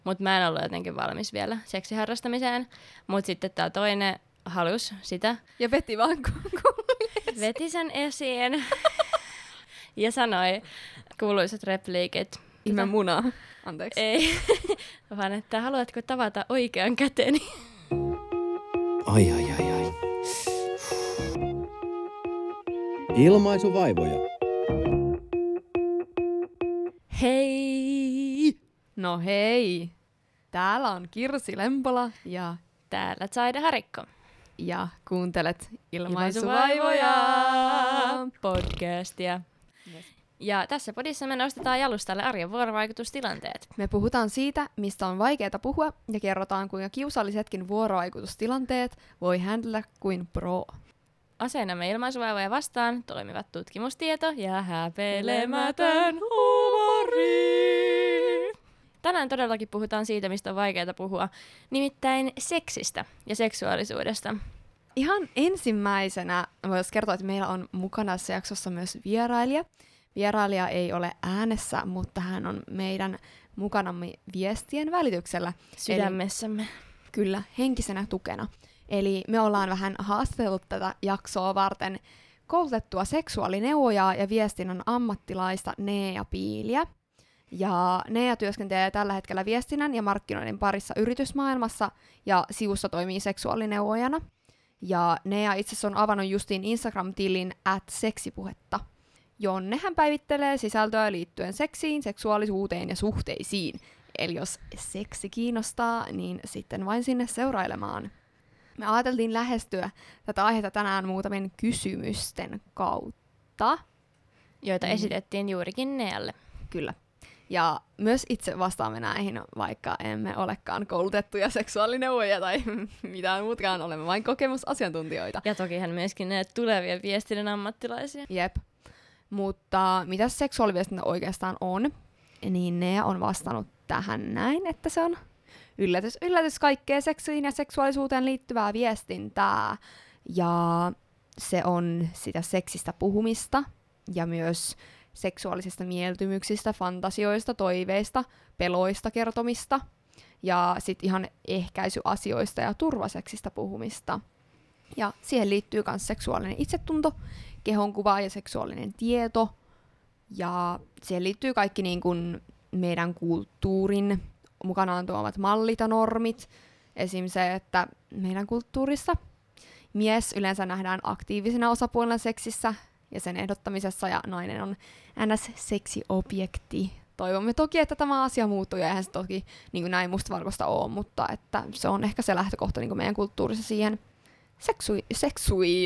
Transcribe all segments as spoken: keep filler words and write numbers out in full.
Mutta mä en ollut jotenkin valmis vielä seksiharrastamiseen. Mutta sitten tää toinen halusi sitä. Ja veti vaan kuulies. Veti sen esiin. Ja sanoi kuuluisat repliikit. Ihme muna. Anteeksi. Ei, vaan että haluatko tavata oikean käteni? Ai ai ai ai. Ilmaisuvaivoja. Hei! No hei. Täällä on Kirsi Lempola ja, Täällä Zaide Harikko. ja kuuntelet Ilmaisuvaivoja. Podcastia. Yes. Ja tässä podissa me nostetaan jalustalle arjen vuorovaikutustilanteet. Me puhutaan siitä, mistä on vaikeaa puhua, ja kerrotaan, kuinka kiusallisetkin vuorovaikutustilanteet voi handlella kuin pro. Aseenamme ilmaisuvaivoja vastaan toimivat tutkimustieto ja häpeilemätön huumori. Tänään todellakin puhutaan siitä, mistä on vaikeaa puhua, nimittäin seksistä ja seksuaalisuudesta. Ihan ensimmäisenä voisi kertoa, että meillä on mukana tässä jaksossa myös vierailija. Vierailija ei ole äänessä, mutta hän on meidän mukanamme viestien välityksellä. Sydämessämme. Eli, kyllä, henkisenä tukena. Eli me ollaan vähän haastatellut tätä jaksoa varten koulutettua seksuaalineuvojaa ja viestinnän ammattilaista Nea Piiliä. Ja Nea työskentelee tällä hetkellä viestinnän ja markkinoinnin parissa yritysmaailmassa ja sivussa toimii seksuaalineuvojana. Ja Nea itse asiassa on avannut justiin Instagram-tilin at seksipuhetta, jonne hän päivittelee sisältöä liittyen seksiin, seksuaalisuuteen ja suhteisiin. Eli jos seksi kiinnostaa, niin sitten vain sinne seurailemaan. Me ajateltiin lähestyä tätä aihetta tänään muutamien kysymysten kautta. Joita Mm. esitettiin juurikin Nealle. Kyllä. Ja myös itse vastaamme näihin, vaikka emme olekaan koulutettuja seksuaalineuvoja tai mitään muutkaan, olemme vain kokemusasiantuntijoita. Ja tokihan myöskin ne tulevia viestinnän ammattilaisia. Jep. Mutta mitä seksuaaliviestintä oikeastaan on, niin ne on vastannut tähän näin, että se on yllätys, yllätys kaikkea seksiin ja seksuaalisuuteen liittyvää viestintää. Ja se on sitä seksistä puhumista ja myös seksuaalisista mieltymyksistä, fantasioista, toiveista, peloista kertomista ja sitten ihan ehkäisyasioista ja turvaseksistä puhumista. Ja siihen liittyy myös seksuaalinen itsetunto, kehonkuva ja seksuaalinen tieto. Ja siihen liittyy kaikki niin kuin meidän kulttuurin mukanaan tuomat mallit ja normit. Esim. Se, että meidän kulttuurissa mies yleensä nähdään aktiivisena osapuolena seksissä ja sen ehdottamisessa, ja nainen on ns-seksiobjekti. Toivomme toki, että tämä asia muuttuu, ja eihän se toki niin kuin näin mustavalkoista ole, mutta että se on ehkä se lähtökohta niin kuin meidän kulttuurissa siihen seksui... seksui...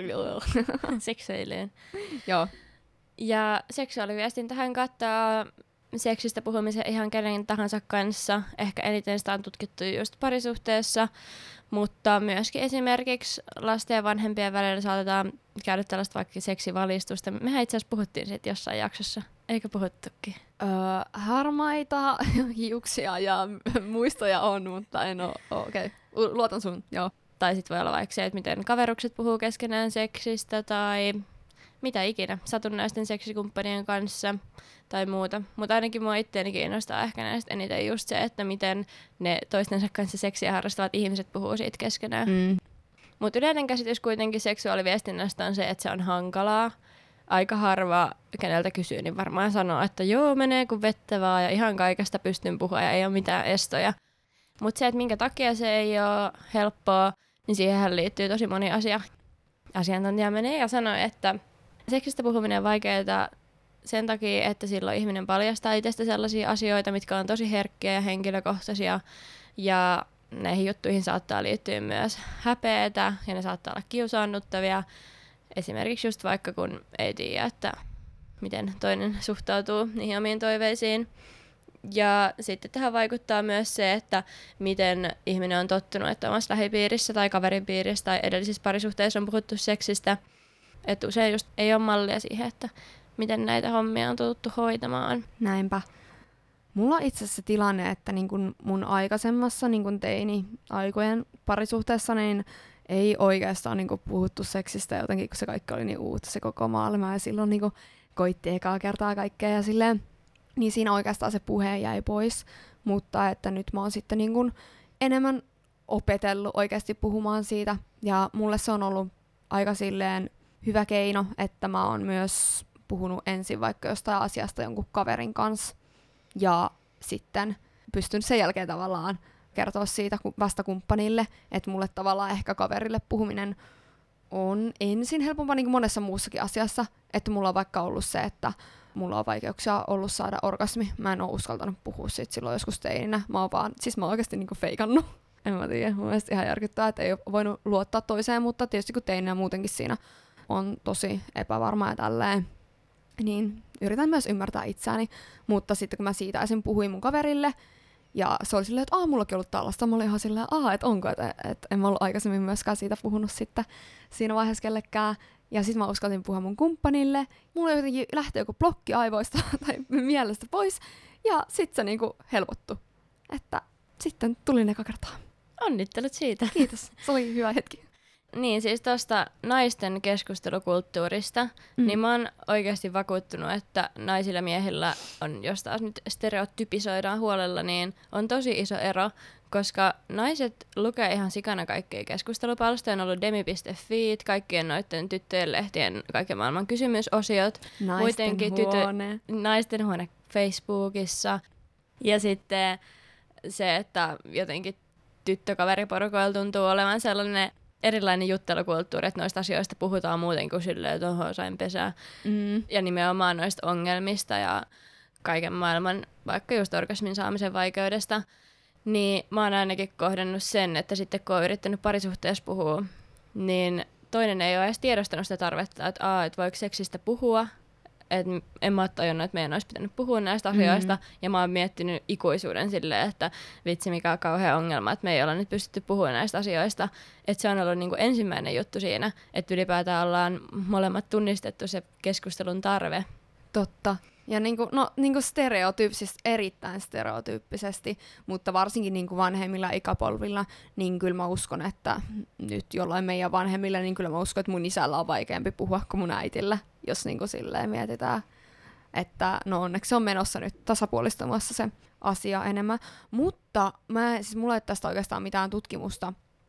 Sekseilyyn. Joo. Ja seksuaaliviestintähän kattaa seksistä puhumisen ihan kenen tahansa kanssa. Ehkä eniten sitä on tutkittu just parisuhteessa, mutta myöskin esimerkiksi lasten ja vanhempien välillä saatetaan käydä tällaista vaikka seksivalistusta. Mehän itse asiassa puhuttiin siitä jossain jaksossa, eikö puhuttukin? Öö, harmaita hiuksia ja muistoja on, mutta en oo, okei, okay. Luotan sun, joo. Tai sitten voi olla vaikka se, että miten kaverukset puhuu keskenään seksistä tai mitä ikinä, satunnaisten seksikumppanien kanssa tai muuta. Mutta ainakin mua itseäni kiinnostaa ehkä näistä eniten just se, että miten ne toistensa kanssa seksiä harrastavat ihmiset puhuu siitä keskenään. Mm. Mutta yleinen käsitys kuitenkin seksuaaliviestinnästä on se, että se on hankalaa. Aika harva, keneltä kysyy, niin varmaan sanoo, että joo, menee kuin vettä vaan ja ihan kaikesta pystyn puhua ja ei ole mitään estoja. Mutta se, että minkä takia se ei ole helppoa, niin siihen liittyy tosi moni asia. Asiantuntija menee ja sanoo, että seksistä puhuminen on vaikeaa sen takia, että silloin ihminen paljastaa itsestä sellaisia asioita, mitkä on tosi herkkiä ja henkilökohtaisia. Ja näihin juttuihin saattaa liittyä myös häpeätä ja ne saattaa olla kiusaannuttavia. Esimerkiksi just vaikka kun ei tiedä, että miten toinen suhtautuu niihin omiin toiveisiin. Ja sitten tähän vaikuttaa myös se, että miten ihminen on tottunut, että omassa lähipiirissä tai kaveripiirissä tai edellisissä parisuhteissa on puhuttu seksistä. Että usein just ei ole mallia siihen, että miten näitä hommia on tuttu hoitamaan. Näinpä. Mulla on itse asiassa tilanne, että niin kun mun aikaisemmassa niin kun teini-aikojen parisuhteessa niin ei oikeastaan niin kun puhuttu seksistä jotenkin, kun se kaikki oli niin uutta, se koko maailma. Ja silloin niin kun koitti ekaa kertaa kaikkea ja silleen, niin siinä oikeastaan se puhe jäi pois. mutta että nyt mä oon sitten niin kuin enemmän opetellut oikeasti puhumaan siitä, ja mulle se on ollut aika silleen hyvä keino, että mä oon myös puhunut ensin vaikka jostain asiasta jonkun kaverin kanssa, ja sitten pystyn sen jälkeen tavallaan kertoa siitä vasta kumppanille, että mulle tavallaan ehkä kaverille puhuminen on ensin helpompaa niin kuin monessa muussakin asiassa, että mulla on vaikka ollut se, että mulla on vaikeuksia ollut saada orgasmi. Mä en oo uskaltanut puhua siitä silloin joskus teininä. Mä oon vaan, siis mä oon oikeasti niinku feikannut. En mä tiedä, mun mielestä ihan järkyttää, että ei ole voinut luottaa toiseen, mutta tietysti kun teininä muutenkin siinä on tosi epävarma ja tälleen, niin yritän myös ymmärtää itseäni. Mutta sitten kun mä siitä esim. Puhuin mun kaverille, ja se oli silleen, että aah, mullakin ollut tällaista. Mä olin ihan silleen, aah, että onko, että et, en mä ollut aikaisemmin myöskään siitä puhunut sitten siinä vaiheessa kellekään. Ja sitten mä uskaltin puhua mun kumppanille. Mulla jotenkin lähti joku blokki aivoista tai mielestä pois. Ja sitten se niinku helpottui. Että sitten tuli eka kertaa. Onnittelut siitä. Kiitos. Se oli hyvä hetki. Niin, siis tuosta naisten keskustelukulttuurista, mm. niin mä oon oikeasti vakuuttunut, että naisilla ja miehillä on, jos taas nyt stereotypisoidaan huolella, niin on tosi iso ero, koska naiset lukee ihan sikana kaikkia keskustelupalstoja, on ollut demi piste fi, kaikkien noiden tyttöjen lehtien, kaiken maailman kysymysosiot. Naisten huone. Tytö, naisten huone Facebookissa. Ja sitten se, että jotenkin tyttökaveriporukoilla tuntuu olevan sellainen erilainen juttelukulttuuri, että noista asioista puhutaan muuten kuin silleen, että oho, sain pesää. Mm. Ja nimenomaan noista ongelmista ja kaiken maailman, vaikka just orgasmin saamisen vaikeudesta. Niin mä oon ainakin kohdannut sen, että sitten kun oon yrittänyt parisuhteessa puhua, niin toinen ei ole edes tiedostanut sitä tarvetta, että, aa, että voiko seksistä puhua. Et en mä ole tajunnut, että meidän olisi pitänyt puhua näistä asioista, mm-hmm. ja mä oon miettinyt ikuisuuden silleen, että vitsi mikä on kauhea ongelma, että me ei olla nyt pystytty puhumaan näistä asioista. Että se on ollut niinku ensimmäinen juttu siinä, että ylipäätään ollaan molemmat tunnistettu se keskustelun tarve. Totta. Ja niinku, no, niinku stereotyyppisesti, erittäin stereotyyppisesti, mutta varsinkin niinku vanhemmilla ikäpolvilla, niin kyllä mä uskon, että nyt jollain meidän vanhemmilla, niin kyllä mä uskon, että mun isällä on vaikeampi puhua kuin mun äitillä, jos niinku silleen mietitään. Että no onneksi se on menossa nyt tasapuolistamassa se asia enemmän. Mutta mä, siis mulla ei ole tästä oikeastaan mitään tutkimusta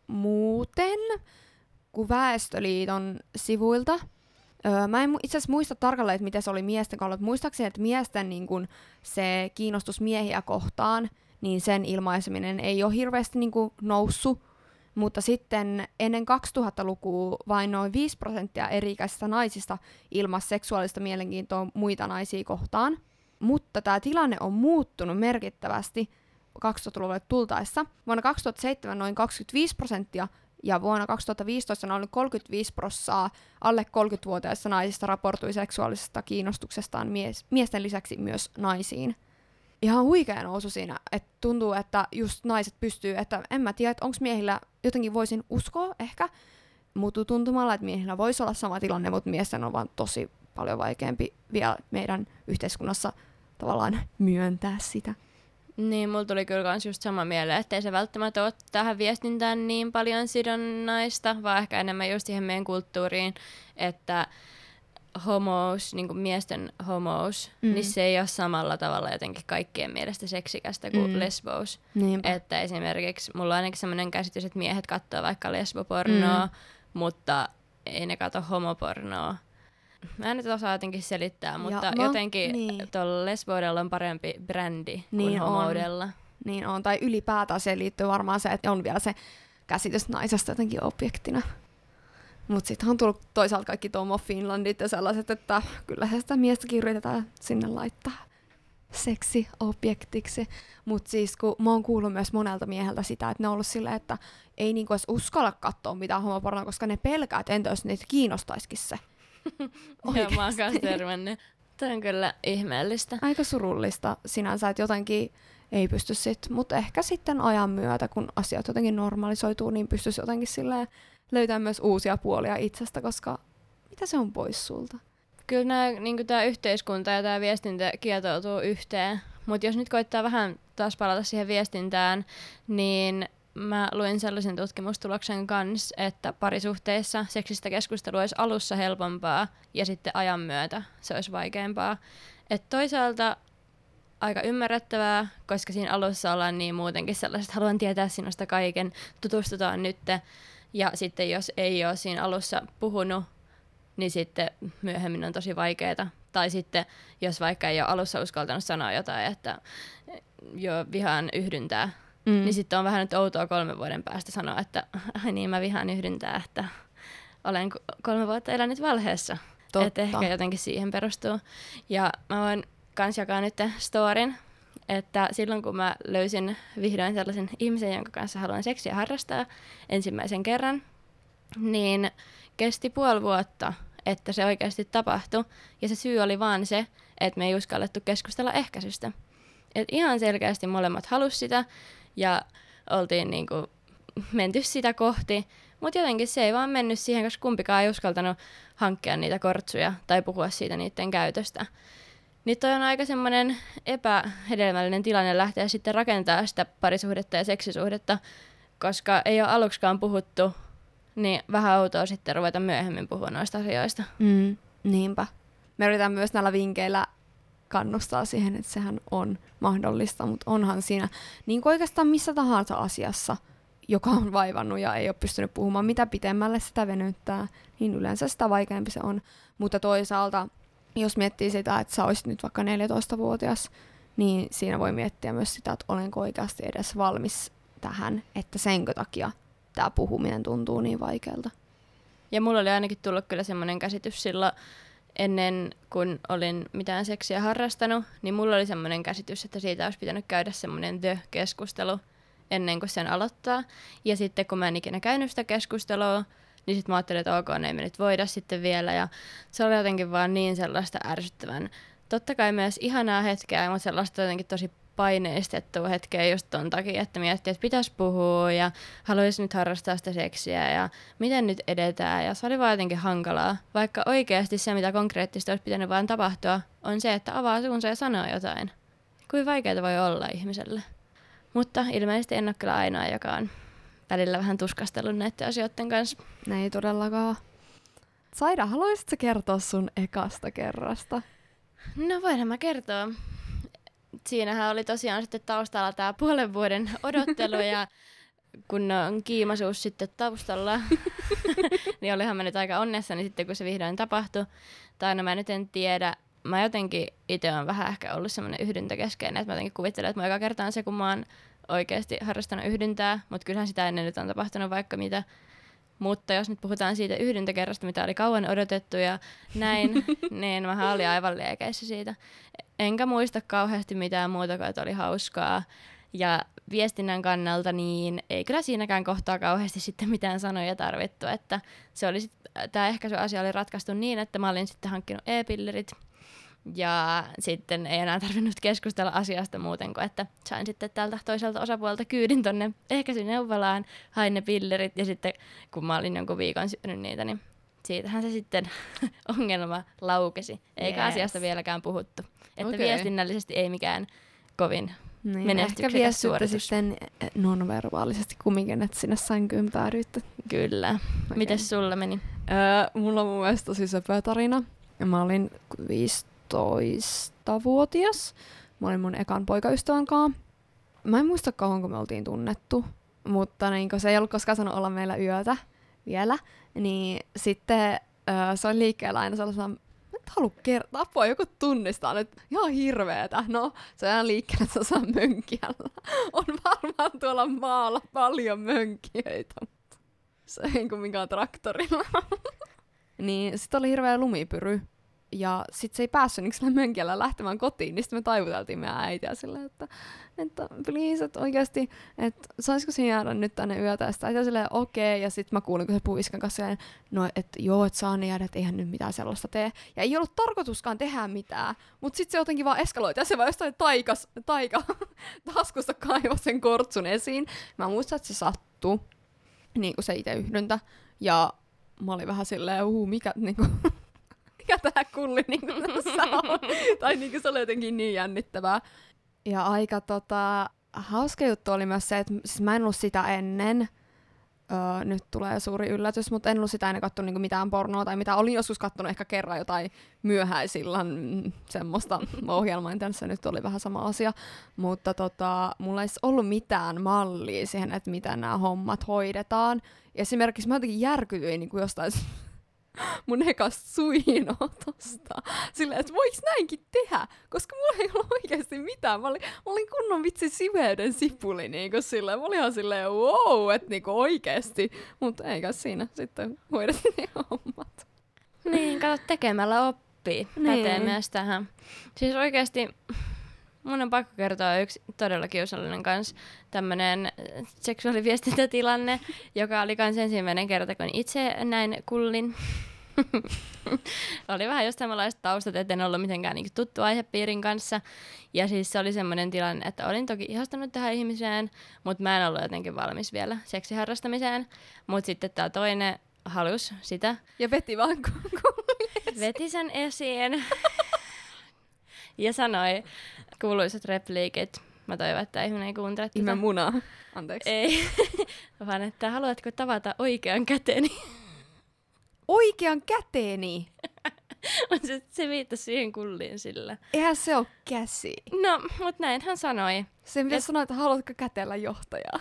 muuten kuin Väestöliiton sivuilta. Öö, mä en itse asiassa muista tarkalleen, että miten se oli miesten kohdalla. Muistaakseni, että miesten niin kun, se kiinnostus miehiä kohtaan, niin sen ilmaiseminen ei ole hirveästi niin kun, noussut. Mutta sitten ennen kaksituhattalukua vain noin viisi prosenttia eri-ikäisistä naisista ilmaisi seksuaalista mielenkiintoa muita naisia kohtaan. Mutta tämä tilanne on muuttunut merkittävästi kaksituhattaluvulle tultaessa. Vuonna kaksituhattaseitsemän noin kaksikymmentäviisi prosenttia ja vuonna kaksituhattaviisitoista noin kolmekymmentäviisi prosenttia alle kolmekymmentävuotiaista naisista raportui seksuaalisesta kiinnostuksestaan mies, miesten lisäksi myös naisiin. Ihan huikea nousu siinä, että tuntuu, että just naiset pystyy, että en mä tiedä, että onko miehillä, jotenkin voisin uskoa ehkä, mutta tuntumalla, että miehillä voisi olla sama tilanne, mutta miesten on vaan tosi paljon vaikeampi vielä meidän yhteiskunnassa tavallaan myöntää sitä. Niin, mulla tuli kyllä kans just sama mieleen, ettei se välttämättä ole tähän viestintään niin paljon sidonnaista, vaan ehkä enemmän just siihen meidän kulttuuriin, että homous, niin kuin miesten homous, mm. niin se ei ole samalla tavalla jotenkin kaikkien mielestä seksikästä kuin mm. lesbous. Niinpä. Että esimerkiksi mulla on ainakin sellainen käsitys, että miehet katsoo vaikka lesbopornoa, mm. mutta ei ne katso homopornoa. Mä en nyt osaa jotenkin selittää, mutta ja, jotenkin niin. Tuolla lesboudella on parempi brändi niin kuin homoudella. On. Niin on, tai ylipäätään se liittyy varmaan se, että on vielä se käsitys naisesta jotenkin objektina. Mutta sitten on tullut toisaalta kaikki Tom Finlandit ja sellaiset, että kyllä sitä miestäkin yritetään sinne laittaa seksiobjektiksi. Mutta siis kun mä oon kuullut myös monelta mieheltä sitä, että ne on ollut silleen, että ei niinku edes uskalla katsoa mitään homopornoa, koska ne pelkää, että entä jos niitä kiinnostaisikin se. Joo, mä oon kanssa törmännyt. Tämä on kyllä ihmeellistä. Aika surullista sinänsä, että jotenkin ei pysty sit, mutta ehkä sitten ajan myötä, kun asiat jotenkin normalisoituu, niin pystyisi jotenkin silleen löytää myös uusia puolia itsestä, koska mitä se on pois sulta? Kyllä niin tämä yhteiskunta ja tämä viestintä kietoutuu yhteen, mutta jos nyt koittaa vähän taas palata siihen viestintään, niin mä luin sellaisen tutkimustuloksen kanssa, että parisuhteissa seksistä keskustelu olisi alussa helpompaa ja sitten ajan myötä se olisi vaikeampaa. Et toisaalta aika ymmärrettävää, koska siinä alussa ollaan niin muutenkin sellaiset, että haluan tietää sinusta kaiken, tutustutaan nyt. Ja sitten jos ei ole siinä alussa puhunut, niin sitten myöhemmin on tosi vaikeaa. Tai sitten jos vaikka ei ole alussa uskaltanut sanoa jotain, että jo vihaan yhdyntää, mm. niin sitten on vähän nyt outoa kolmen vuoden päästä sanoa, että ai niin, mä vihaan yhdyntää, että olen kolme vuotta elänyt valheessa. Että ehkä jotenkin siihen perustuu. Ja mä voin kans jakaa nyt storin, että silloin kun mä löysin vihdoin sellaisen ihmisen, jonka kanssa haluan seksiä harrastaa ensimmäisen kerran, niin kesti puoli vuotta, että se oikeasti tapahtui. Ja se syy oli vaan se, että me ei uskallettu keskustella ehkäisystä. Et ihan selkeästi molemmat halusi sitä ja oltiin niinku menty sitä kohti, mutta jotenkin se ei vaan mennyt siihen, koska kumpikaan ei uskaltanut hankkia niitä kortsuja tai puhua siitä niiden käytöstä. Niin toi on aika semmoinen epähedelmällinen tilanne lähteä sitten rakentamaan sitä parisuhdetta ja seksisuhdetta, koska ei ole aluksikaan puhuttu, niin vähän outoa sitten ruveta myöhemmin puhua noista asioista. Mm, niinpä. Me yritetään myös näillä vinkkeillä kannustaa siihen, että sehän on mahdollista, mutta onhan siinä niin kuin oikeastaan missä tahansa asiassa, joka on vaivannut ja ei ole pystynyt puhumaan, mitä pitemmälle sitä venyttää, niin yleensä sitä vaikeampi se on. Mutta toisaalta, jos miettii sitä, että sä olisit nyt vaikka neljätoistavuotias, niin siinä voi miettiä myös sitä, että olenko oikeasti edes valmis tähän, että senkö takia tämä puhuminen tuntuu niin vaikealta. Ja mulla oli ainakin tullut kyllä semmoinen käsitys silloin, ennen kun olin mitään seksiä harrastanut, niin mulla oli semmoinen käsitys, että siitä olisi pitänyt käydä semmoinen the-keskustelu ennen kuin sen aloittaa. Ja sitten kun mä en ikinä käynyt sitä keskustelua, niin sitten mä ajattelin, että ok, ne ei me nyt voida sitten vielä. Ja se oli jotenkin vaan niin sellaista ärsyttävän. Totta kai myös ihanaa hetkeä, mutta sellaista jotenkin tosi paineistettua hetkeä just ton takia, että miettii, että pitäisi puhua ja haluaisi nyt harrastaa sitä seksiä ja miten nyt edetään. Ja se oli vaan jotenkin hankalaa, vaikka oikeasti se, mitä konkreettisesti olisi pitänyt vaan tapahtua, on se, että avaa suunsa ja sanoo jotain. Kuinka vaikeaa voi olla ihmiselle. Mutta ilmeisesti en ole kyllä ainoa, joka on välillä vähän tuskastellut näiden asioiden kanssa. Ne ei todellakaan. Saida, haluaisitko kertoa sun ekasta kerrasta? No voinhan mä kertoa. Siinähän oli tosiaan sitten taustalla tämä puolen vuoden odottelu ja kun on kiimasuus sitten taustalla, niin olihan mä nyt aika onnessani sitten, kun se vihdoin tapahtui. Tai no mä nyt en tiedä. Mä jotenkin itse on vähän ehkä ollut semmoinen yhdyntäkeskeinen, että mä jotenkin kuvittelen, että mun eka kerta on se, kun mä oon oikeasti harrastanut yhdyntää, mutta kyllähän sitä ennen nyt on tapahtunut vaikka mitä. Mutta jos nyt puhutaan siitä yhdyntäkerrasta, mitä oli kauan odotettu ja näin, niin mähän olin aivan liekeissä siitä. Enkä muista kauheasti mitään muuta kuin, että oli hauskaa. Ja viestinnän kannalta niin ei kyllä siinäkään kohtaa kauheasti sitten mitään sanoja tarvittu. Että se oli sit, tää ehkäisyasia oli ratkaistu niin, että mä olin sitten hankkinut e-pillerit. Ja sitten ei enää tarvinnut keskustella asiasta muuten kuin, että sain sitten tältä toiselta osapuolelta kyydin tonne ehkäisyneuvolaan, hain ne pillerit ja sitten kun mä olin jonkun viikon syönyt niitä, niin siitähän se sitten ongelma laukesi. Eikä yes. asiasta vieläkään puhuttu. Että okay. Viestinnällisesti ei mikään kovin niin, menestyksekäs suoritus. Sitten nonverbaalisesti kumminkin, että sinne sänkyyn päädyitte. Kyllä. Okay. Mites sulla meni? Öö, mulla on mun mielestä tosi söpö tarina. Mä olin viisitoistavuotias. Mä olin mun ekan poikaystävän kanssa. Mä en muista kauanko me oltiin tunnettu, mutta niin se ei ollut koskaan sanonut olla meillä yötä vielä. Niin sitten öö, se oli liikkeellä aina sellaisena, mä en halua kertaa, apua, joku tunnistaa nyt, ihan hirveetä. No, se on aina liikkeellä sellaisena mönkiällä. On varmaan tuolla maalla paljon mönkijöitä, mutta se ei kuin mikään traktorilla. Niin sit oli hirveä lumipyry. Ja sit se ei päässyt niin sillä mönkiällä lähtemään kotiin, niin sitten me taivuteltiin meidän äitiä silleen, että, että please, että oikeasti, että saisiko siinä jäädä nyt tänne yötä, ja sitten äitiä silleen okei, okay. Ja sitten mä kuulin, kun se puhui iskan kanssa silleen, no että joo, että saa ne jäädä, että eihän nyt mitään sellaista tee. Ja ei ollut tarkoituskaan tehdä mitään, mutta sitten se jotenkin vaan eskaloiti, ja se vaan jostain taikas, taika taskusta kaivoi sen kortsun esiin. Mä muistan, että se sattui, niin kuin se itse yhdyntä, ja mä olin vähän silleen, uu, mikä, niinku, mikä tää kulli niinku tässä on. Tai niinku se oli jotenkin niin jännittävää. Ja aika tota, hauska juttu oli myös se, että siis mä en ollut sitä ennen Öö, nyt tulee suuri yllätys, mutta en ollut sitä ennen katsonut niinku mitään pornoa tai mitä. Olin joskus kattonut ehkä kerran jotain myöhäisillan mm, semmoista ohjelmaa, en tiedä, se nyt oli vähän sama asia. Mutta tota, mulla ei ollut mitään mallia siihen, että miten nämä hommat hoidetaan. Esimerkiksi mä jotenkin järkytyin niin kuin jostain mun ekasta suinotosta. Silleen, että voiko näinkin tehdä? Koska mulla ei ollut oikeasti mitään. Mä olin, mä olin kunnon vitsi siveyden sipuli. Niin kuin silleen. Mä olin ihan silleen, wow, että niin oikeasti. Mutta eikä siinä sitten hoidettiin hommat. Niin, kato, tekemällä oppii. Niin. Pätee myös tähän. Siis oikeasti mun on pakko kertoa yksi todella kiusallinen kans tämmönen seksuaaliviestintätilanne, joka oli kans ensimmäinen kerta, kun itse näin kullin. Oli vähän just samanlaiset taustat, etten ollut mitenkään niinku tuttu aihepiirin kanssa. Ja siis se oli semmoinen tilanne, että olin toki ihastunut tähän ihmiseen, mutta mä en ollut jotenkin valmis vielä seksiharrastamiseen. Mutta sitten tää toinen halus sitä. Ja veti vaan kulliin. Veti sen esiin. Ja sanoi kuuluisat repliikit. Mä toivon, että ihminen ei kuuntele tätä. Ihme munaa. Anteeksi. Ei, vaan että haluatko tavata oikean käteni? Oikean käteeni? se, se viittasi siihen kulliin sillä. Eihän se ole käsi. No, mutta näin hän sanoi. Sen pitäisi sanoa, että haluatko kätellä johtajaa.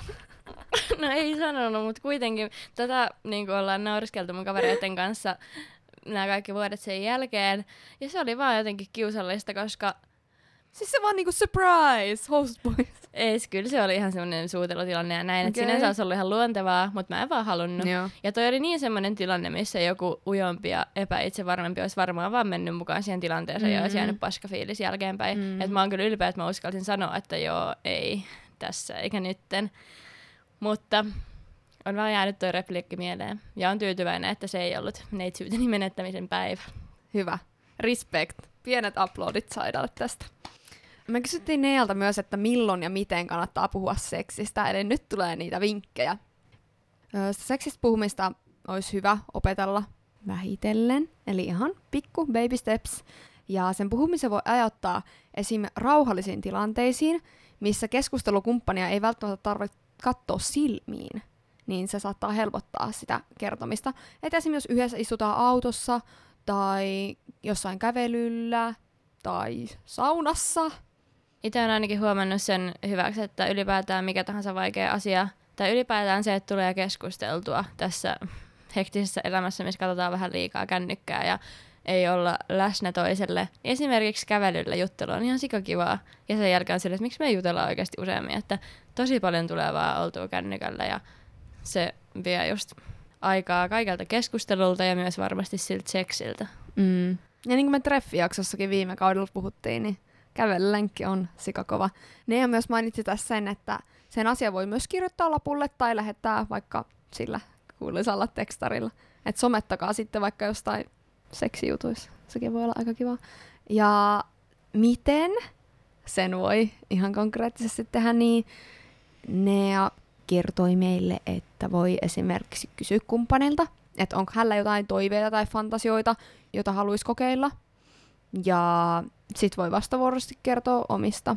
No ei sanonut, mutta kuitenkin tätä niin kuin ollaan nauriskeltu mun kavereiden kanssa nämä kaikki vuodet sen jälkeen. Ja se oli vaan jotenkin kiusallista, koska siis se vaan niinku surprise, host boys. ei, kyllä se oli ihan semmoinen suutelutilanne ja näin, okay. Että sinänsä olisi ollut ihan luontevaa, mutta mä en vaan halunnut. Joo. Ja toi oli niin semmoinen tilanne, missä joku ujompi ja epäitsevarmempi olisi varmaan vaan mennyt mukaan siihen tilanteeseen mm-hmm. ja olisi jäänyt paskafiilis jälkeenpäin. Mm-hmm. Että mä oon kyllä ylpeä, että mä uskalsin sanoa, että joo, ei tässä eikä nytten. Mutta on vaan jäänyt toi repliikki mieleen. Ja on tyytyväinen, että se ei ollut neitsyyteni menettämisen päivä. Hyvä. Respect. Pienet uploadit Saidalle tästä. Me kysyttiin Neeltä myös, että milloin ja miten kannattaa puhua seksistä, eli nyt tulee niitä vinkkejä. Öö, seksistä puhumista olisi hyvä opetella vähitellen, eli ihan pikku baby steps. Ja sen puhumisen voi ajoittaa esim. Rauhallisiin tilanteisiin, missä keskustelukumppania ei välttämättä tarvitse katsoa silmiin, niin se saattaa helpottaa sitä kertomista. Et esimerkiksi jos yhdessä istutaan autossa, tai jossain kävelyllä, tai saunassa. Itse olen ainakin huomannut sen hyväksi, että ylipäätään mikä tahansa vaikea asia, tai ylipäätään se, että tulee keskusteltua tässä hektisessä elämässä, missä katsotaan vähän liikaa kännykkää ja ei olla läsnä toiselle. Esimerkiksi kävelyllä juttelu on ihan sikakivaa. Ja sen jälkeen on sille, että miksi me ei jutella oikeasti useammin, että tosi paljon tulee vaan oltua kännykällä ja se vie just aikaa kaikelta keskustelulta ja myös varmasti siltä seksiltä. Mm. Ja niin kuin me treffijaksossakin viime kaudella puhuttiin, niin kävelylenkki on sikakova. Ne myös mainitsi tässä sen, että sen asia voi myös kirjoittaa lapulle tai lähettää vaikka sillä kuuluisalla tekstarilla. Että somettakaa sitten vaikka jostain seksijutuissa. Sekin voi olla aika kiva. Ja miten sen voi ihan konkreettisesti tehdä, niin Nea kertoi meille, että voi esimerkiksi kysyä kumppanilta, että onko hänellä jotain toiveita tai fantasioita, jota haluaisi kokeilla. Ja sit voi vastavuoroisesti kertoa omista.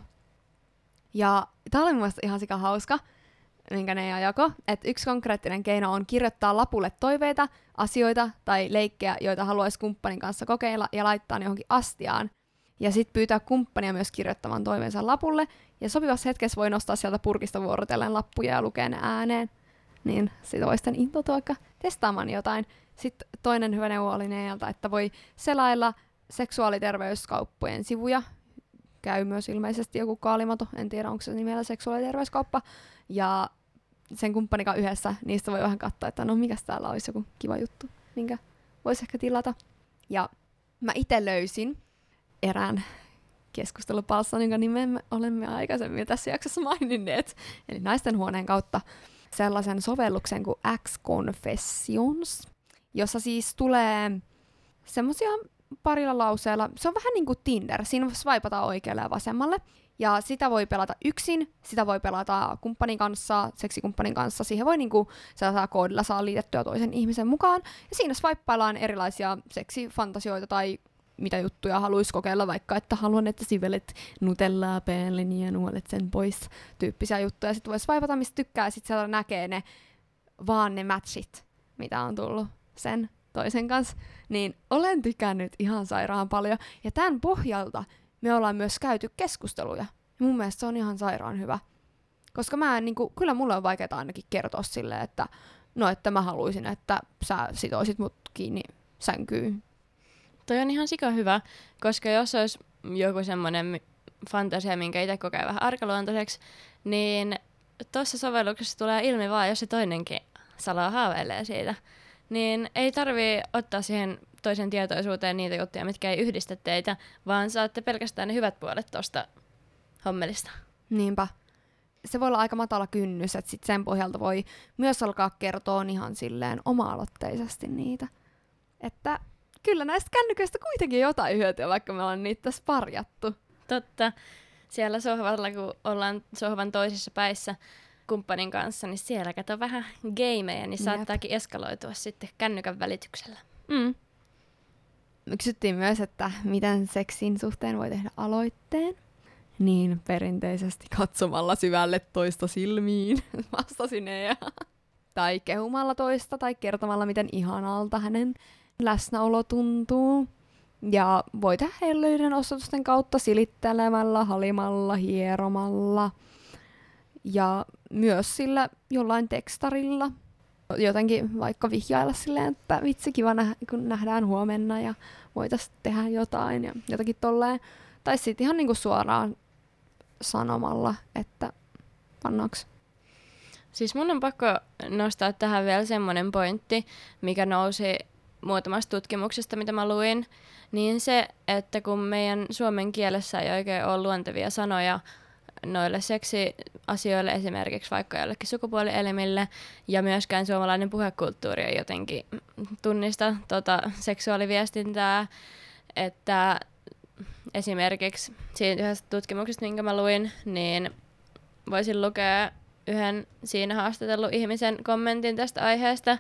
Ja tää oli mun mielestä ihan sika hauska, minkä Nea jako, että yksi konkreettinen keino on kirjoittaa lapulle toiveita, asioita tai leikkejä, joita haluaisi kumppanin kanssa kokeilla ja laittaa ne johonkin astiaan. Ja sitten pyytää kumppania myös kirjoittamaan toiveensa lapulle, ja sopivassa hetkessä voi nostaa sieltä purkista vuorotellen lappuja ja lukea ne ääneen. Niin siitä voi sitten intoutua vaikka testaamaan jotain. Sitten toinen hyvä neuvo oli Neeltä, että voi selailla seksuaaliterveyskauppojen sivuja. Käy myös ilmeisesti joku Kaalimato, en tiedä onko se nimellä seksuaaliterveyskauppa. Ja sen kumppanikaan yhdessä, niistä voi vähän katsoa, että no mikäs täällä olisi joku kiva juttu, minkä voisi ehkä tilata. Ja mä itse löysin erään keskustelupalstan, jonka nimen me olemme aikaisemmin tässä jaksossa maininneet, eli naisten huoneen kautta sellaisen sovelluksen kuin X-Confessions, jossa siis tulee semmosia parilla lauseella, se on vähän niin kuin Tinder, siinä swipataan oikealle ja vasemmalle, ja sitä voi pelata yksin, sitä voi pelata kumppanin kanssa, seksikumppanin kanssa, siihen voi niinku sellaisella koodilla saa liitettyä toisen ihmisen mukaan, ja siinä swipaillaan erilaisia seksifantasioita tai mitä juttuja haluaisi kokeilla, vaikka että haluan, että sivelet nutellaa päälleni ja nuolet sen pois, tyyppisiä juttuja. Sitten voi swipata, mistä tykkää, ja sitten sieltä näkee ne vaan ne matchit, mitä on tullut sen toisen kanssa, niin olen tykännyt ihan sairaan paljon. Ja tämän pohjalta me ollaan myös käyty keskusteluja. Ja mun mielestä se on ihan sairaan hyvä. Koska mä en, niin kuin, kyllä mulle on vaikeaa ainakin kertoa silleen, että no, että mä haluaisin, että sä sitoisit mut kiinni sänkyyn. Toi on ihan sika hyvä, koska jos olisi joku semmoinen fantasia, minkä itse kokee vähän arkaluontoiseksi, niin tuossa sovelluksessa tulee ilmi vaan, jos se toinenkin salaa haaveilee siitä. Niin ei tarvii ottaa siihen toisen tietoisuuteen niitä juttuja, mitkä ei yhdistä teitä, vaan saatte pelkästään ne hyvät puolet tuosta hommelista. Niinpä. Se voi olla aika matala kynnys, että sit sen pohjalta voi myös alkaa kertoa ihan silleen oma-aloitteisesti niitä. Että kyllä näistä kännyköistä kuitenkin jotain hyötyä, vaikka me ollaan niitä tässä parjattu. Totta. Siellä sohvalla, kun ollaan sohvan toisissa päissä kumppanin kanssa, niin siellä kato vähän gameja, niin saattaakin eskaloitua sitten kännykän välityksellä. Mm. Me kysyttiin myös, että miten seksin suhteen voi tehdä aloitteen. Niin perinteisesti katsomalla syvälle toista silmiin, vastasin Ea. Tai kehumalla toista tai kertomalla, miten ihanalta hänen läsnäolo tuntuu. Ja voi tehdä hellyyden osoitusten kautta silittelemällä, halimalla, hieromalla. Ja myös sillä jollain tekstarilla. Jotenkin vaikka vihjailla silleen, että vitsi kiva, nä- kun nähdään huomenna ja voitaisiin tehdä jotain ja jotakin tolleen. Tai sitten ihan niinku suoraan sanomalla, että pannaaks. Siis mun on pakko nostaa tähän vielä semmoinen pointti, mikä nousi muutamasta tutkimuksesta, mitä mä luin, niin se, että kun meidän suomen kielessä ei oikein ole luontevia sanoja noille seksiasioille, esimerkiksi vaikka jollekin sukupuolielimille, ja myöskään suomalainen puhekulttuuri ei jotenkin tunnista tota seksuaaliviestintää, että esimerkiksi siitä yhdessä tutkimuksesta, minkä mä luin, niin voisin lukea yhden siinä haastatellut ihmisen kommentin tästä aiheesta.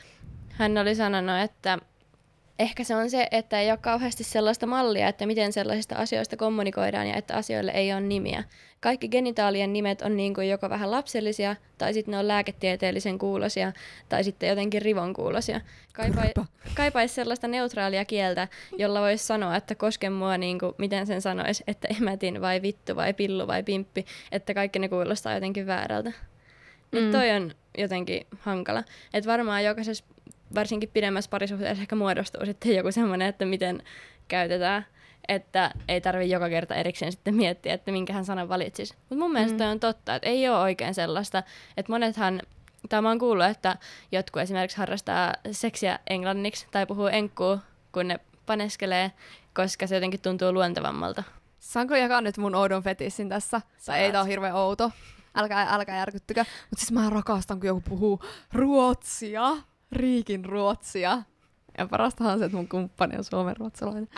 Hän oli sanonut, että ehkä se on se, että ei ole kauheasti sellaista mallia, että miten sellaisista asioista kommunikoidaan ja että asioille ei ole nimiä. Kaikki genitaalien nimet on niin kuin joko vähän lapsellisia, tai sitten ne on lääketieteellisen kuulosia, tai sitten jotenkin rivon kuulosia. Kaipai, kaipaisi sellaista neutraalia kieltä, jolla voisi sanoa, että koske mua, niin kuin, miten sen sanoisi, että emätin vai vittu vai pillu vai pimppi, että kaikki ne kuulostaa jotenkin väärältä. Nyt mm. toi on jotenkin hankala. Että varmaan jokaisessa, varsinkin pidemmässä parisuhteessa ehkä muodostuu sitten joku semmoinen, että miten käytetään, että ei tarvitse joka kerta erikseen sitten miettiä, että minkähän sanan valitsisi. Mutta mun mielestä mm. toi on totta, että ei ole oikein sellaista, että monethan, tai mä oon kuullut, että jotkut esimerkiksi harrastaa seksiä englanniksi tai puhuu enkkuu, kun ne paneskelee, koska se jotenkin tuntuu luontevammalta. Saanko jakaa nyt mun oudon fetissin tässä? Tai ei tää on hirveän outo. Älkää, älkää järkyttykö. Mutta siis mä rakastan, kun joku puhuu ruotsia. Riikin ruotsia. Ja parastahan on se, että mun kumppani on suomenruotsalainen.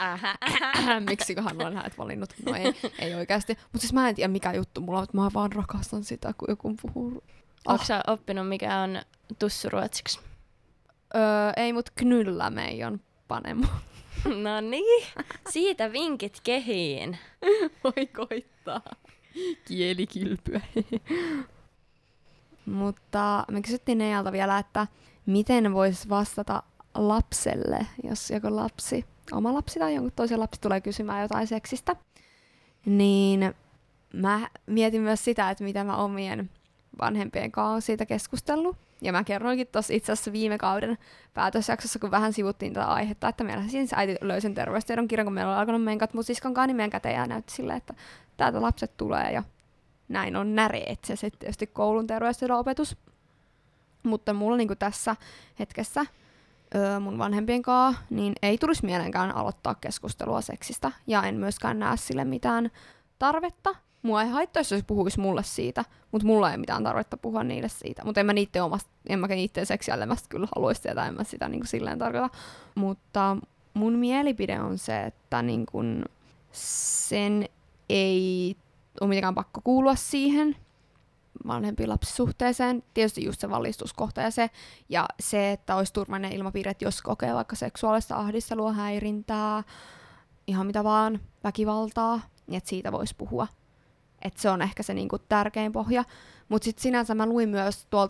Miksikohan mä olen hänet valinnut? No ei, ei oikeasti. Mutta siis mä en tiedä mikä juttu mulla on, että mä vaan rakastan sitä, kun joku puhuu. Oh. Onko sä oppinut, mikä on tussuruotsiksi? Öö, ei, mut knyllä meijon panemu. No niin, siitä vinkit kehiin. Voi koittaa. Kielikylpyä. Mutta me kysyttiin Nealta vielä, että miten voisi vastata lapselle, jos joku lapsi, oma lapsi tai jonkun toisen lapsi tulee kysymään jotain seksistä. Niin mä mietin myös sitä, että mitä mä omien vanhempien kanssa olen siitä keskustellut. Ja mä kerroinkin tuossa itse asiassa viime kauden päätösjaksossa, kun vähän sivuttiin tätä aihetta, että meillä siis äiti löi sen terveystiedon kirjan, kun meillä oli alkanut menkat mun siskan kanssa, niin meidän käteen ja näytti silleen, että täältä lapset tulee ja näin on näreet se sitten tietysti koulun terveystiedon opetus. Mutta mulla niinku tässä hetkessä öö, mun vanhempien kanssa niin ei tulisi mielenkään aloittaa keskustelua seksistä ja en myöskään näe sille mitään tarvetta. Mua ei haittaisi, jos puhuisi mulle siitä, mutta mulla ei ole mitään tarvetta puhua niille siitä. Mutta en mä niitten omasta, en mä niitten seksiailemasta kyllä haluaisi tietää, en mä sitä niin kuin silleen tarkoita. Mutta mun mielipide on se, että niin kuin sen ei ole mitenkään pakko kuulua siihen vanhempiin lapsisuhteeseen. Tietysti just se valistuskohta ja se, ja se, että olisi turvallinen ilmapiiri, että jos kokee vaikka seksuaalista ahdistelua, häirintää, ihan mitä vaan, väkivaltaa, niin että siitä voisi puhua. Että se on ehkä se niinku tärkein pohja. Mutta sitten sinänsä mä luin myös tuolta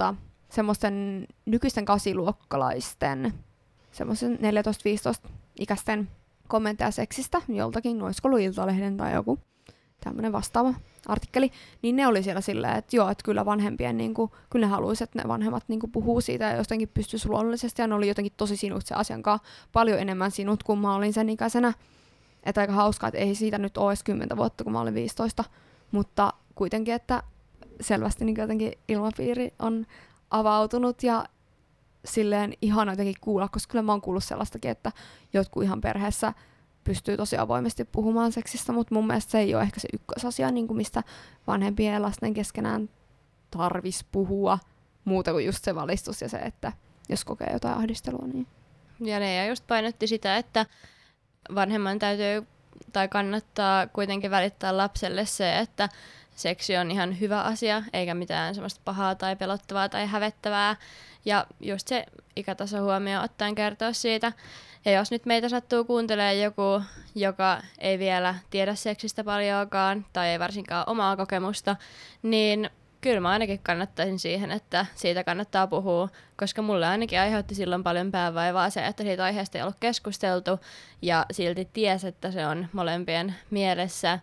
semmoisten nykyisten kasiluokkalaisten, semmoisen neljätoista viisitoista ikäisten kommentteja seksistä joltakin, olisiko ollut Iltalehden tai joku tämmöinen vastaava artikkeli, niin ne oli siellä silleen, että joo, että kyllä vanhempien, niin kuin, kyllä ne haluaisi, että ne vanhemmat niin kuin, puhuu siitä ja jotenkin pystyisi luonnollisesti, ja ne oli jotenkin tosi sinut se asiankaan, paljon enemmän sinut, kun mä olin sen ikäisenä. Että aika hauskaa, että ei siitä nyt ole edes kymmentä vuotta, kun mä olin viisitoista, mutta kuitenkin, että selvästi niin jotenkin ilmapiiri on avautunut ja silleen ihana jotenkin kuulla, koska kyllä mä oon kuullut sellaistakin, että jotkut ihan perheessä pystyy tosi avoimesti puhumaan seksistä, mutta mun mielestä se ei ole ehkä se ykkösasia, niin kuin mistä vanhempien ja lasten keskenään tarvis puhua, muuta kuin just se valistus ja se, että jos kokee jotain ahdistelua. Niin. Ja ne just painotti sitä, että vanhemman täytyy tai kannattaa kuitenkin välittää lapselle se, että seksi on ihan hyvä asia, eikä mitään semmoista pahaa tai pelottavaa tai hävettävää. Ja just se ikätaso huomioon ottaen kertoa siitä. Ja jos nyt meitä sattuu kuuntelemaan joku, joka ei vielä tiedä seksistä paljoakaan tai ei varsinkaan omaa kokemusta, niin kyllä mä ainakin kannattaisin siihen, että siitä kannattaa puhua, koska mulle ainakin aiheutti silloin paljon päänvaivaa se, että siitä aiheesta ei ollut keskusteltu ja silti ties, että se on molempien mielessä.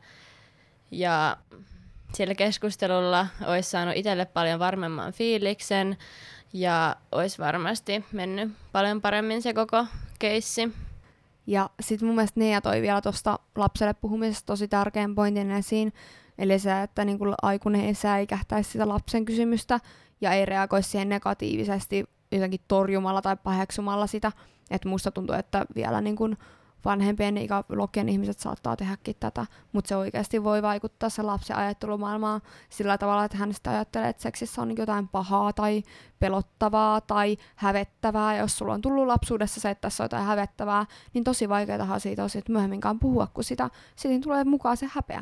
Ja sillä keskustelulla olisi saanut itselle paljon varmemman fiiliksen ja olisi varmasti mennyt paljon paremmin se koko keissi. Ja sitten mun mielestä Nea toi vielä tuosta lapselle puhumisesta tosi tärkeän pointin esiin, eli se, että niin kuin aikuinen ei säikähtäisi sitä lapsen kysymystä ja ei reagoisi siihen negatiivisesti jotenkin torjumalla tai paheksumalla sitä. Että musta tuntuu, että vielä niin kuin vanhempien ikäluokkien ihmiset saattaa tehdäkin tätä, mutta se oikeasti voi vaikuttaa se lapsen ajattelumaailmaan sillä tavalla, että hän sitä ajattelee, että seksissä on jotain pahaa tai pelottavaa tai hävettävää. Ja jos sulla on tullut lapsuudessa se, että tässä on jotain hävettävää, niin tosi vaikeaa siitä on siitä myöhemminkään puhua, kun sitä, siitä tulee mukaan se häpeä.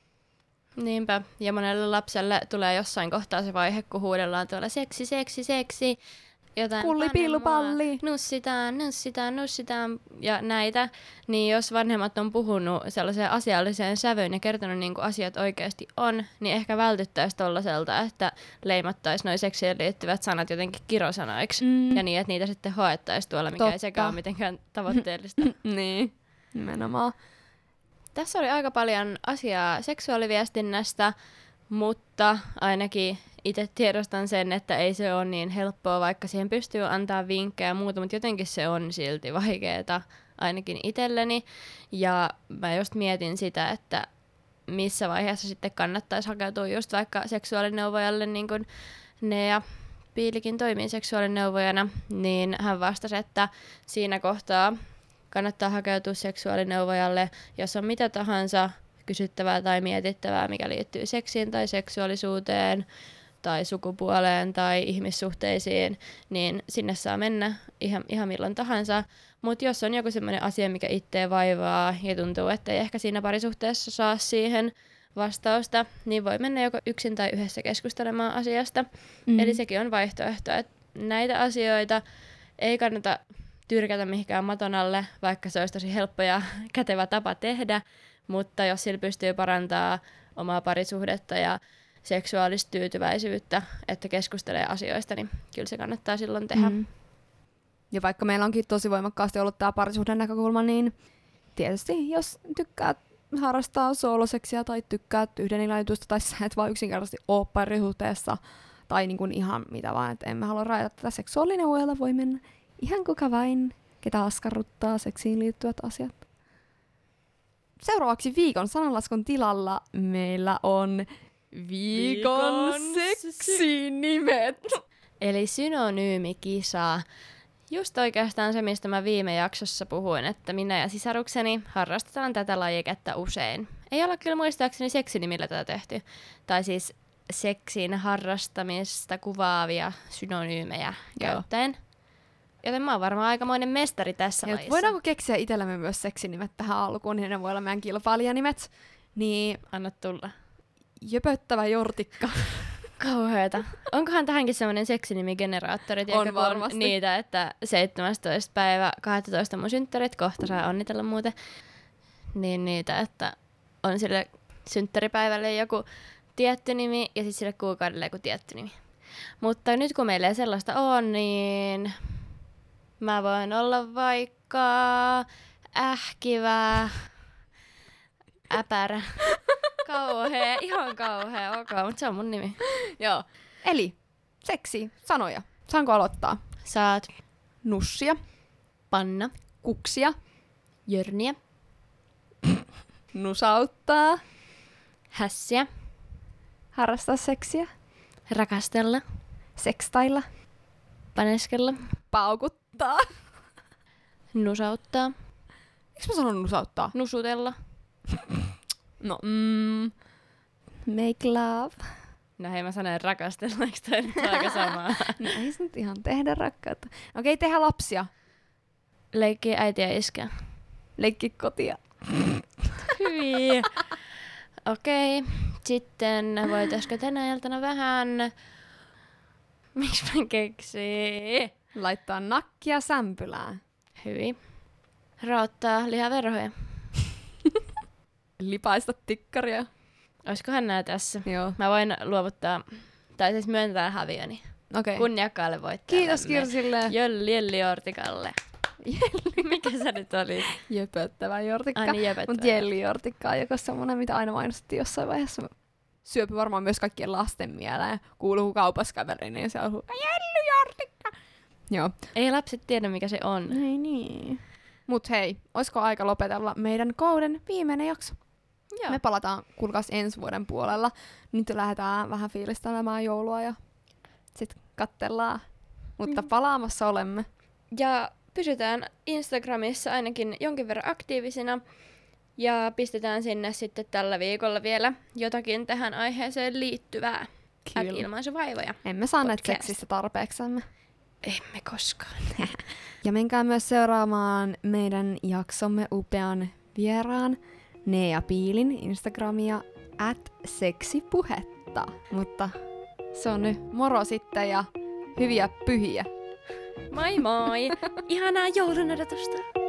Niinpä, ja monelle lapselle tulee jossain kohtaa se vaihe, kun huudellaan tuolla seksi, seksi, seksi, jotain Kulli, pillu, palli. Nussitaan, nussitaan, nussitaan ja näitä, niin jos vanhemmat on puhunut sellaiseen asialliseen sävyyn ja kertonut niin kuin asiat oikeasti on, niin ehkä vältyttäisiin tollaiselta, että leimattaisiin noi seksiin liittyvät sanat jotenkin kirosanoiksi mm. ja niin, että niitä sitten hoettaisiin tuolla, mikä Totta. Ei sekään ole mitenkään tavoitteellista. Niin, nimenomaan. Tässä oli aika paljon asiaa seksuaaliviestinnästä, mutta ainakin itse tiedostan sen, että ei se ole niin helppoa, vaikka siihen pystyy antaa vinkkejä ja muuta, mutta jotenkin se on silti vaikeaa ainakin itselleni. Ja mä just mietin sitä, että missä vaiheessa sitten kannattaisi hakeutua just vaikka seksuaalineuvojalle, niin kuin Nea Piilikin toimii seksuaalineuvojana, niin hän vastasi, että siinä kohtaa kannattaa hakeutua seksuaalineuvojalle, jos on mitä tahansa kysyttävää tai mietittävää, mikä liittyy seksiin tai seksuaalisuuteen tai sukupuoleen tai ihmissuhteisiin, niin sinne saa mennä ihan, ihan milloin tahansa. Mutta jos on joku sellainen asia, mikä itseä vaivaa ja tuntuu, että ei ehkä siinä parisuhteessa saa siihen vastausta, niin voi mennä joko yksin tai yhdessä keskustelemaan asiasta. Mm. Eli sekin on vaihtoehto, että näitä asioita ei kannata tyrkätä mihinkään maton alle, vaikka se olisi tosi helppo ja kätevä tapa tehdä, mutta jos sillä pystyy parantaa omaa parisuhdetta ja seksuaalista tyytyväisyyttä, että keskustelee asioista, niin kyllä se kannattaa silloin tehdä. Mm. Ja vaikka meillä onkin tosi voimakkaasti ollut tämä parisuhden näkökulma, niin tietysti jos tykkäät harrastaa sooloseksiä tai tykkäät yhden illan jutusta tai sä et vaan yksinkertaisesti ole parisuhteessa tai niin kuin ihan mitä vaan, että emme halua rajata tätä seksuaalineuvoilla, voi mennä ihan kuka vain, ketä askarruttaa seksiin liittyvät asiat. Seuraavaksi viikon sananlaskun tilalla meillä on viikon, viikon seksinimet. Eli synonyymikisa. Just oikeastaan se, mistä mä viime jaksossa puhuin, että minä ja sisarukseni harrastetaan tätä lajiketta usein. Ei olla kyllä muistaakseni seksinimillä tätä tehty. Tai siis seksin harrastamista kuvaavia synonyymejä Joo. käyttäen. Joten mä oon varmaan aikamoinen mestari tässä lajissa. Voidaanko keksiä itsellemme myös seksinimet tähän alkuun, niin ne voi olla meidän kilpailijanimet. Niin anna tulla. Jöpöttävä jortikka. Kauheeta. Onkohan tähänkin semmoinen seksinimigeneraattori? On varmasti. On niitä, että seitsemästoista päivä kaksitoista mun synttärit, kohta saa onnitella muuten. Niin niitä, että on sille synttäripäivälle joku tietty nimi ja sitten sille kuukaudelle joku tietty nimi. Mutta nyt kun meillä ei sellaista ole, niin mä voin olla vaikka ähkivä, äpärä, kauhea, ihan kauhea, ok, mutta se on mun nimi. Joo. Eli seksi, sanoja. Saanko aloittaa? Saat Nussia, panna, kuksia, jörniä, nusauttaa, hässiä, harrastaa seksiä, rakastella, sekstailla, paneskella, paukuttaa. nusauttaa, Eikö mä sanon nusauttaa? nusutella. No, mm, make love. No hei, mä sanoin rakastella, eikö toi nyt ole aika samaa? No ei se nyt ihan tehdä rakkautta. Okei, tehdä lapsia. Leikki äiti ja iskä. Leikki kotia. Hyi. Okei, sitten voitaisko tänä iltana vähän... Miksi mä keksii? Laittaa nakkia sämpylään. Hyi. Raottaa lihaverhoja. Lipaista tikkaria. Oiskohan nää tässä? Joo. Mä voin luovuttaa, tai siis myöntää häviöni. Okei. Okay. Kunniakkaalle voittajalle. Kiitos Kirsille. Jölli, Jelli Jortikalle. Mikä se nyt oli? Jöpöttävä jortikka. Ai niin, jöpöttävä. Mut jellijortikka on joku semmonen, mitä aina mainostettiin jossain vaiheessa. Syöpy varmaan myös kaikkien lasten mieleen. Kuuluu kun kaupassa käveli, niin se on jellijortikka. Joo. Ei lapset tiedä, mikä se on. Ei niin. Mut hei, oisko aika lopetella meidän kauden viimeinen jakso? Joo. Me palataan kuulkaas ensi vuoden puolella. Nyt lähdetään vähän fiilistelemään joulua ja sit kattellaan. Mutta Mm. palaamassa olemme. Ja pysytään Instagramissa ainakin jonkin verran aktiivisina. Ja pistetään sinne sitten tällä viikolla vielä jotakin tähän aiheeseen liittyvää. Kyllä. At ilmaisuvaivoja. Emme saaneet Podcast. seksistä tarpeeksemme. Emme koskaan. Ja menkää myös seuraamaan meidän jaksomme upean vieraan Nea Piilin Instagramia at seksipuhetta. Mutta se on nyt moro sitten ja hyviä pyhiä. Moi moi! Ihanaa joulun odotusta!